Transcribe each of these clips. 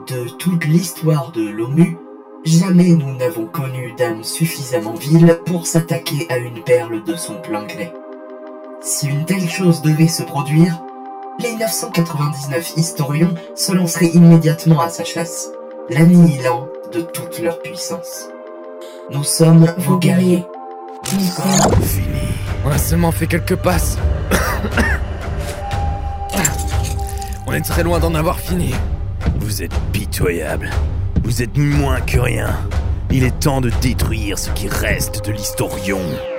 De toute l'histoire de l'OMU, jamais nous n'avons connu d'âme suffisamment vile pour s'attaquer à une perle de son plein gré. Si une telle chose devait se produire, les 999 historions se lanceraient immédiatement à sa chasse, l'annihilant de toute leur puissance. Nous sommes vos guerriers. Fini. On a seulement fait quelques passes. On est très loin d'en avoir fini. Vous êtes pitoyable. Vous êtes moins que rien. Il est temps de détruire ce qui reste de l'Historion.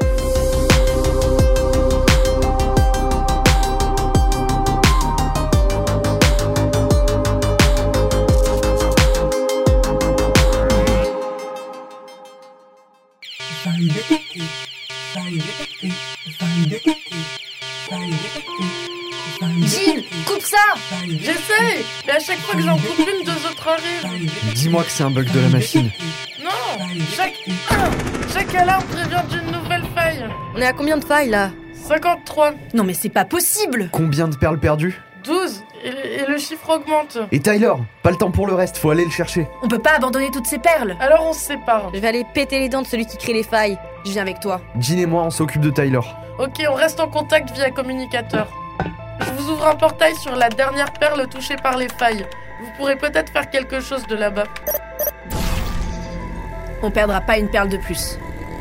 Gilles, coupe ça! J'essaie, mais à chaque fois que j'en coupe une, 2 autres arrivent. Dis-moi que c'est un bug de la machine. Non, chaque alarme prévient d'une nouvelle faille. On est à combien de failles là? 53. Non mais c'est pas possible! Combien de perles perdues? 12, et le chiffre augmente. Et Tyler, pas le temps pour le reste, faut aller le chercher. On peut pas abandonner toutes ces perles! Alors on se sépare. Je vais aller péter les dents de celui qui crée les failles. Je viens avec toi. Jean et moi, on s'occupe de Tyler. Ok, on reste en contact via communicateur. Je vous ouvre un portail sur la dernière perle touchée par les failles. Vous pourrez peut-être faire quelque chose de là-bas. On perdra pas une perle de plus.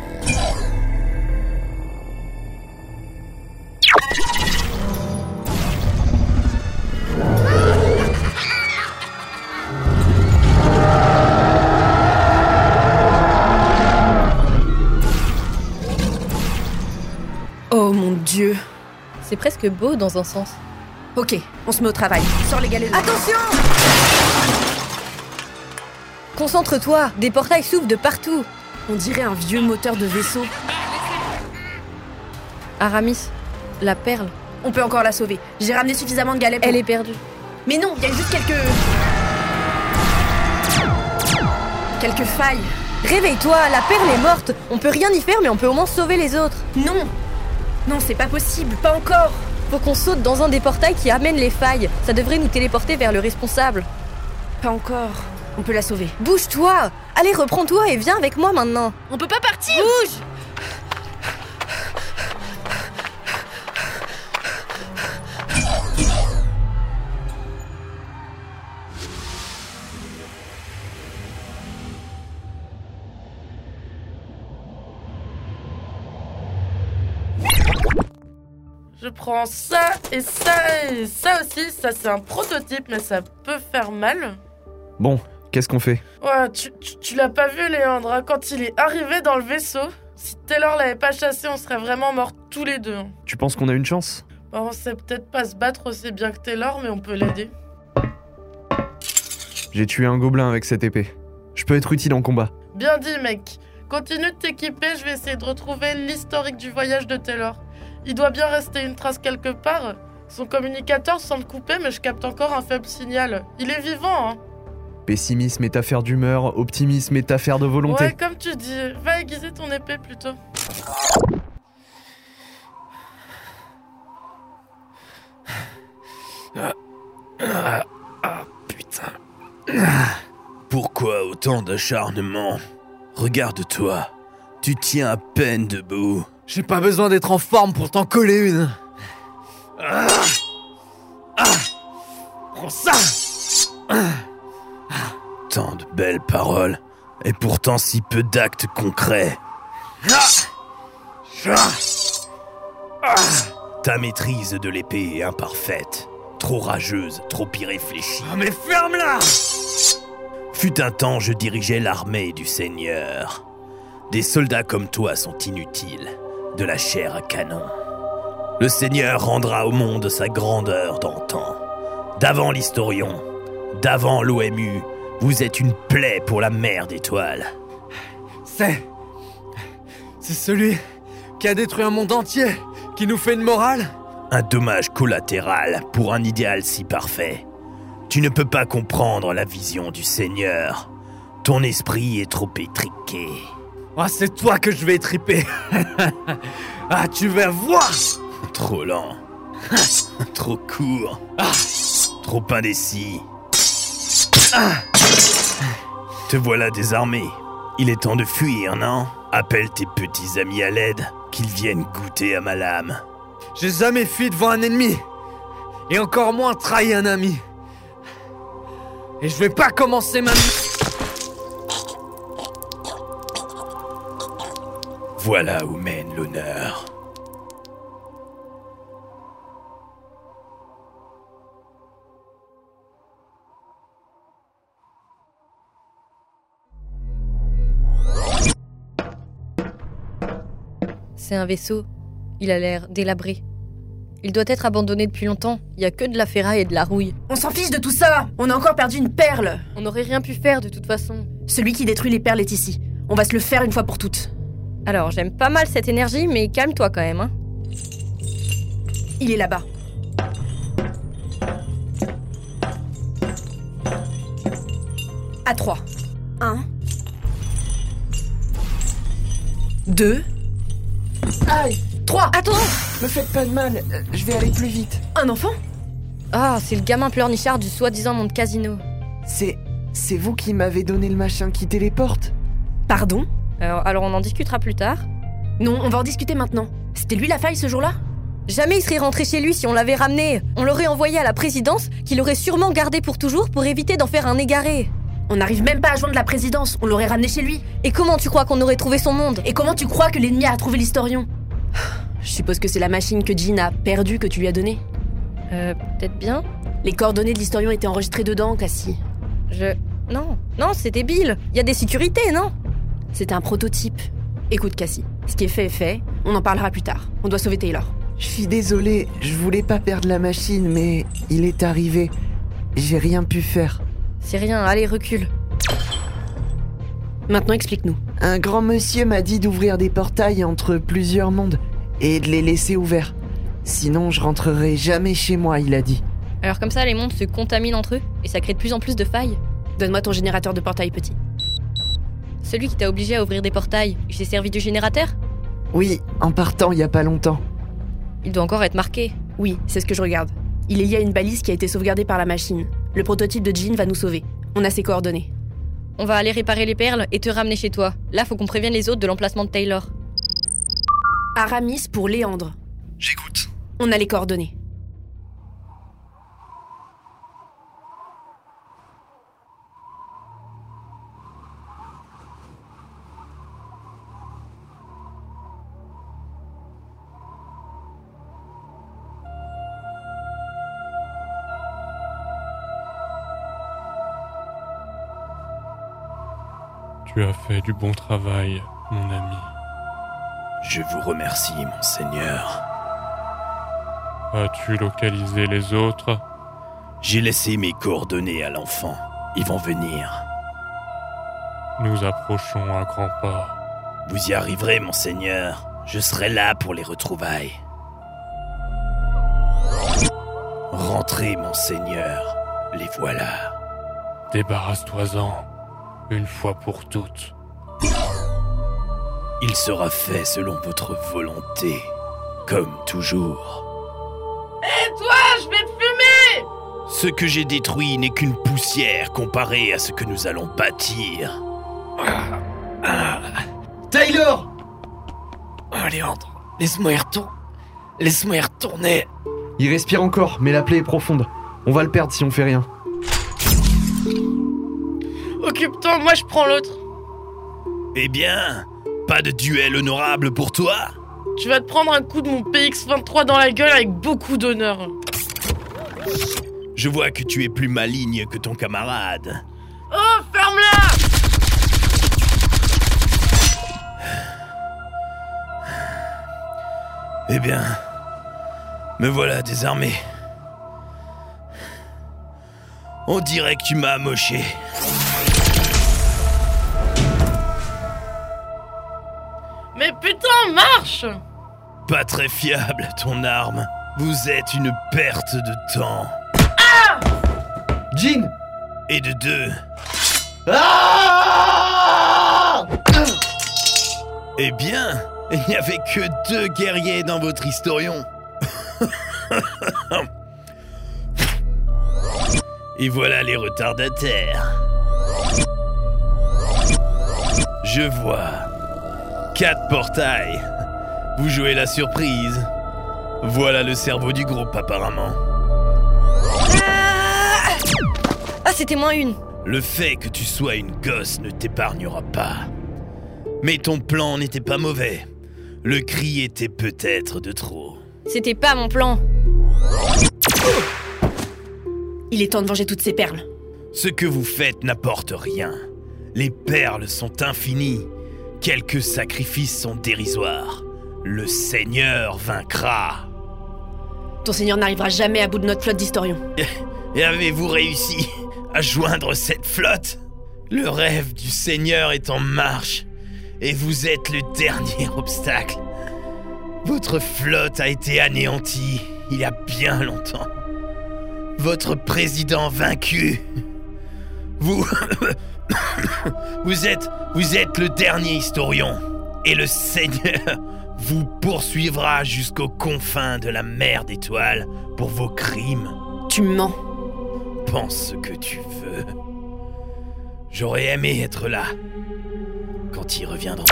Oh mon Dieu! C'est presque beau dans un sens. Ok, on se met au travail. Sors les galets. Attention! Concentre-toi, des portails s'ouvrent de partout. On dirait un vieux moteur de vaisseau. Aramis, la perle. On peut encore la sauver. J'ai ramené suffisamment de galets pour... Elle est perdue. Mais non, il y a juste quelques failles. Réveille-toi, la perle est morte. On peut rien y faire, mais on peut au moins sauver les autres. Non, c'est pas possible, pas encore. Faut qu'on saute dans un des portails qui amène les failles. Ça devrait nous téléporter vers le responsable. Pas encore. On peut la sauver. Bouge-toi! Allez, reprends-toi et viens avec moi maintenant. On peut pas partir! Bouge! Je prends ça et ça et ça aussi. Ça, c'est un prototype, mais ça peut faire mal. Bon, qu'est-ce qu'on fait? Ouais, tu l'as pas vu, Léandre, hein, quand il est arrivé dans le vaisseau. Si Taylor l'avait pas chassé, on serait vraiment morts tous les deux. Tu penses qu'on a une chance? Bon, on sait peut-être pas se battre aussi bien que Taylor, mais on peut l'aider. J'ai tué un gobelin avec cette épée. Je peux être utile en combat. Bien dit, mec. Continue de t'équiper, je vais essayer de retrouver l'historique du voyage de Taylor. Il doit bien rester une trace quelque part. Son communicateur semble coupé, mais je capte encore un faible signal. Il est vivant, hein. Pessimisme est affaire d'humeur, optimisme est affaire de volonté. Ouais, comme tu dis. Va aiguiser ton épée plutôt. Putain. Pourquoi autant d'acharnement? Regarde-toi. Tu tiens à peine debout. J'ai pas besoin d'être en forme pour t'en coller une. Prends ça. Tant de belles paroles, et pourtant si peu d'actes concrets. Ta maîtrise de l'épée est imparfaite, trop rageuse, trop irréfléchie. Mais ferme-la! Fut un temps, je dirigeais l'armée du Seigneur. Des soldats comme toi sont inutiles, de la chair à canon. Le Seigneur rendra au monde sa grandeur d'antan. D'avant l'Historion, d'avant l'OMU, vous êtes une plaie pour la mer d'étoiles. C'est celui qui a détruit un monde entier, qui nous fait une morale? Un dommage collatéral pour un idéal si parfait. Tu ne peux pas comprendre la vision du Seigneur. Ton esprit est trop étriqué. Ah, c'est toi que je vais étriper. Ah, tu vas voir. Trop lent. Trop court. Trop indécis. Te voilà désarmé. Il est temps de fuir, non? Appelle tes petits amis à l'aide, qu'ils viennent goûter à ma lame. J'ai jamais fui devant un ennemi. Et encore moins trahi un ami. Et je vais pas commencer ma... Voilà où mène l'honneur. C'est un vaisseau. Il a l'air délabré. Il doit être abandonné depuis longtemps. Il y a que de la ferraille et de la rouille. On s'en fiche de tout ça. On a encore perdu une perle. On n'aurait rien pu faire de toute façon. Celui qui détruit les perles est ici. On va se le faire une fois pour toutes. Alors, j'aime pas mal cette énergie, mais calme-toi quand même, hein. Il est là-bas. À 3. 1. 2. Aïe! 3. Attends! Me faites pas de mal, je vais aller plus vite. Un enfant? Ah, c'est le gamin pleurnichard du soi-disant monde casino. C'est vous qui m'avez donné le machin qui téléporte? Pardon? Alors on en discutera plus tard. Non, on va en discuter maintenant. C'était lui la faille ce jour-là? Jamais il serait rentré chez lui si on l'avait ramené. On l'aurait envoyé à la présidence, qu'il aurait sûrement gardé pour toujours pour éviter d'en faire un égaré. On n'arrive même pas à joindre la présidence, on l'aurait ramené chez lui. Et comment tu crois qu'on aurait trouvé son monde? Et comment tu crois que l'ennemi a trouvé l'historion? Je suppose que c'est la machine que Jean a perdue que tu lui as donnée. Peut-être bien. Les coordonnées de l'historion étaient enregistrées dedans, Cassie. Non, c'était Bill. Il y a des sécurités, non? C'était un prototype. Écoute, Cassie, ce qui est fait, on en parlera plus tard. On doit sauver Taylor. Je suis désolé, je voulais pas perdre la machine, mais il est arrivé. J'ai rien pu faire. C'est rien, allez, recule. Maintenant, explique-nous. Un grand monsieur m'a dit d'ouvrir des portails entre plusieurs mondes et de les laisser ouverts. Sinon, je rentrerai jamais chez moi, il a dit. Alors comme ça, les mondes se contaminent entre eux et ça crée de plus en plus de failles. Donne-moi ton générateur de portail, petit. Celui qui t'a obligé à ouvrir des portails, il s'est servi du générateur? Oui, en partant il y a pas longtemps. Il doit encore être marqué. Oui, c'est ce que je regarde. Il est lié à une balise qui a été sauvegardée par la machine. Le prototype de Jean va nous sauver. On a ses coordonnées. On va aller réparer les perles et te ramener chez toi. Là, faut qu'on prévienne les autres de l'emplacement de Taylor. Aramis pour Léandre. J'écoute. On a les coordonnées. Tu as fait du bon travail, mon ami. Je vous remercie, monseigneur. As-tu localisé les autres? J'ai laissé mes coordonnées à l'enfant. Ils vont venir. Nous approchons à grands pas. Vous y arriverez, monseigneur. Je serai là pour les retrouvailles. Rentrez, monseigneur. Les voilà. Débarrasse-toi-en, une fois pour toutes. Il sera fait selon votre volonté, comme toujours. Hé toi, je vais te fumer! Ce que j'ai détruit n'est qu'une poussière comparée à ce que nous allons bâtir. Taylor! Oh, Léandre, laisse-moi y retourner. Laisse-moi y retourner. Il respire encore, mais la plaie est profonde. On va le perdre si on fait rien. Occupe-toi, moi je prends l'autre. Eh bien, pas de duel honorable pour toi? Tu vas te prendre un coup de mon PX-23 dans la gueule avec beaucoup d'honneur. Je vois que tu es plus maligne que ton camarade. Oh, ferme-la! Eh bien, me voilà désarmé. On dirait que tu m'as amoché. Mais putain, marche! Pas très fiable, ton arme. Vous êtes une perte de temps. Jean! Et de deux. Eh bien, il n'y avait que 2 guerriers dans votre historion. Et voilà les retardataires. Je vois. 4 portails. Vous jouez la surprise. Voilà le cerveau du groupe apparemment. Ah, c'était moins une. Le fait que tu sois une gosse ne t'épargnera pas. Mais ton plan n'était pas mauvais. Le cri était peut-être de trop. C'était pas mon plan. Il est temps de venger toutes ces perles. Ce que vous faites n'apporte rien. Les perles sont infinies. Quelques sacrifices sont dérisoires. Le Seigneur vaincra. Ton seigneur n'arrivera jamais à bout de notre flotte d'historions. Et avez-vous réussi à joindre cette flotte? Le rêve du Seigneur est en marche. Et vous êtes le dernier obstacle. Votre flotte a été anéantie il y a bien longtemps. Votre président vaincu. Vous êtes le dernier historien. Et le Seigneur vous poursuivra jusqu'aux confins de la mer d'étoiles pour vos crimes. Tu mens. Pense ce que tu veux. J'aurais aimé être là quand ils reviendront.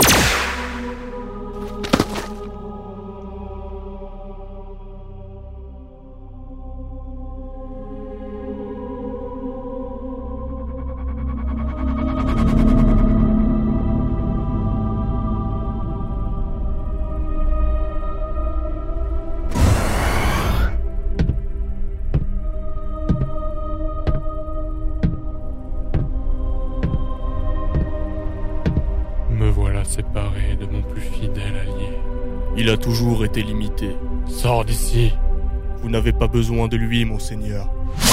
Me voilà séparé de mon plus fidèle allié. Il a toujours été limité. Sors d'ici. Vous n'avez pas besoin de lui, mon seigneur.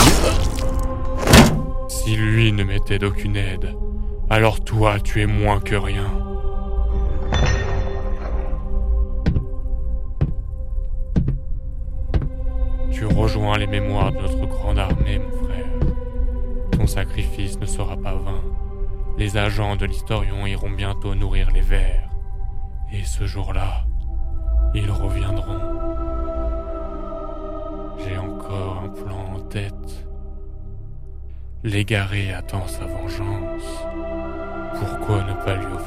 Si lui ne m'était d'aucune aide, alors toi, tu es moins que rien. Tu rejoins les mémoires de notre grande armée, mon frère. Ton sacrifice ne sera pas vain. Les agents de l'historion iront bientôt nourrir les vers. Et ce jour-là, ils reviendront. J'ai encore un plan en tête. L'égaré attend sa vengeance. Pourquoi ne pas lui offrir ?